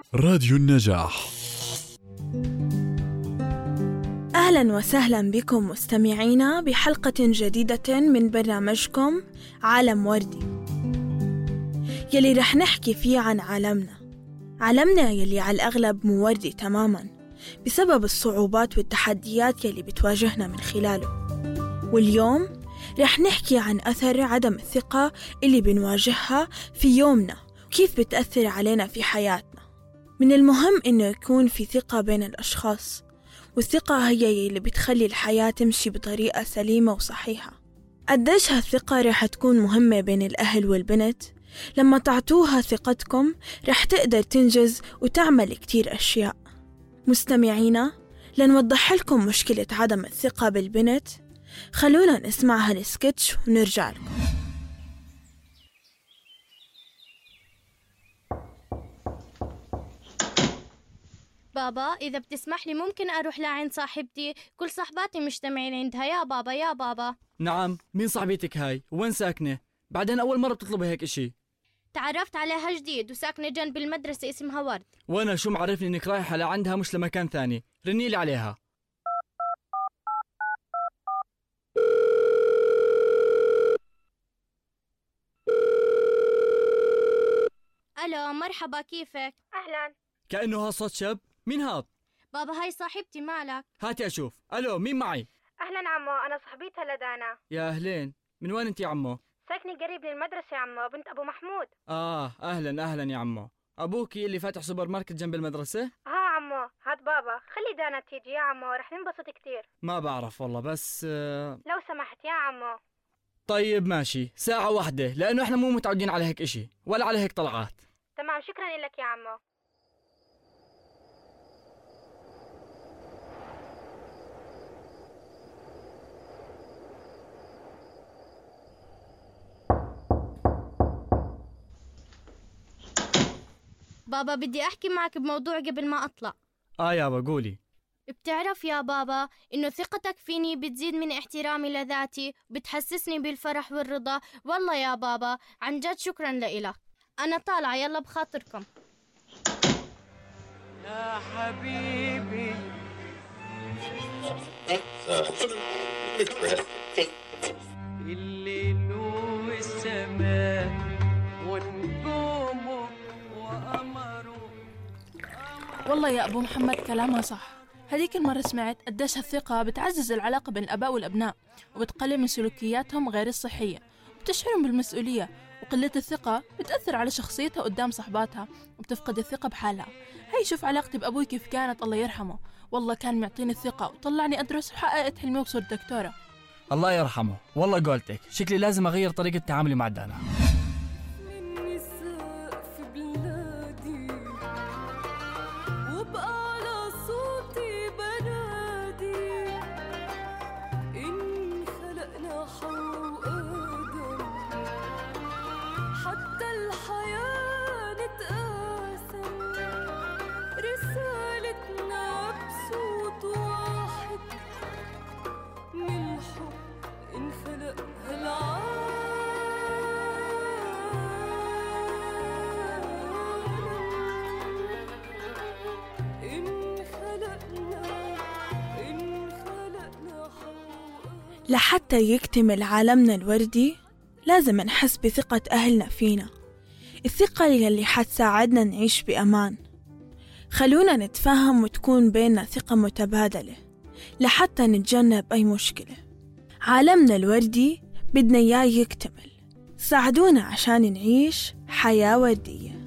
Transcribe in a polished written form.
راديو النجاح. أهلا وسهلا بكم مستمعينا بحلقة جديدة من برنامجكم عالم وردي، يلي رح نحكي فيه عن عالمنا يلي على الأغلب مو وردي تماما بسبب الصعوبات والتحديات يلي بتواجهنا من خلاله. واليوم رح نحكي عن أثر عدم الثقة اللي بنواجهها في يومنا وكيف بتأثر علينا في حياتنا. من المهم إنه يكون في ثقة بين الأشخاص، والثقة هي اللي بتخلي الحياة تمشي بطريقة سليمة وصحيحة. قديش هالثقة رح تكون مهمة بين الأهل والبنت؟ لما تعطوها ثقتكم رح تقدر تنجز وتعمل كتير أشياء. مستمعينا، لنوضح لكم مشكلة عدم الثقة بالبنت، خلونا نسمع هالسكتش ونرجع لكم. بابا، إذا بتسمح لي ممكن أروح لعند صاحبتي؟ كل صاحباتي مجتمعين عندها. يا بابا يا بابا. نعم، مين صاحبتك هاي؟ وين ساكنة؟ بعدين أول مرة بتطلبي هيك إشي. تعرفت عليها جديد وساكنة جنب المدرسة اسمها ورد. وأنا شو معرفني إنك رايحة لعندها مش لمكان ثاني؟ رنيلي عليها. ألو، مرحبا، كيفك؟ أهلا. كأنه ها صوت شاب. مين هاد؟ بابا، هاي صاحبتي، مالك؟ هاتي أشوف. ألو، مين معي؟ أهلا عمو، أنا صاحبتها لدانا. يا أهلين، من وين أنت يا عمو؟ ساكنة قريب للمدرسة يا عمو، بنت أبو محمود. أهلا يا عمو. أبوكي اللي فاتح سوبر ماركت جنب المدرسة؟ عمو، هاد بابا، خلي دانا تيجي يا عمو، رح ننبسط كتير. ما بعرف والله، بس لو سمحت يا عمو. طيب ماشي، ساعة واحدة، لأنه إحنا مو متعودين على هيك إشي ولا على هيك طلعات. تمام، شكرا لك يا عمو. بابا، بدي أحكي معك بموضوع قبل ما أطلع. يابا قولي. بتعرف يا بابا إنه ثقتك فيني بتزيد من احترامي لذاتي وبتحسسني بالفرح والرضا. والله يا بابا عن جد شكرا لإلك. أنا طالعة، يلا بخاطركم. يا حبيبي الليل والسماء ونجومه وقمره. والله يا أبو محمد كلامها صح. هذيك المرة سمعت قديش هالثقة بتعزز العلاقة بين الآباء والأبناء وبتقلل من سلوكياتهم غير الصحية وبتشعرهم بالمسؤولية. وقلة الثقة بتأثر على شخصيتها قدام صحباتها وبتفقد الثقة بحالها. هاي شوف علاقتي بأبوي كيف كانت، الله يرحمه. والله كان معطيني الثقة وطلعني أدرس وحققت حلمي وصرت دكتورة. الله يرحمه. والله قولتك شكلي لازم أغير طريقة تعاملي مع دانا. حتى الحياة نتقاسم، رسالتنا بصوت واحد، من الحب انخلق هالعالم، انخلقنا حواء. لحتى يكتمل عالمنا الوردي لازم نحس بثقة أهلنا فينا، الثقة اللي حتساعدنا نعيش بأمان. خلونا نتفاهم وتكون بيننا ثقة متبادلة لحتى نتجنب أي مشكلة. عالمنا الوردي بدنا إياه يكتمل، ساعدونا عشان نعيش حياة وردية.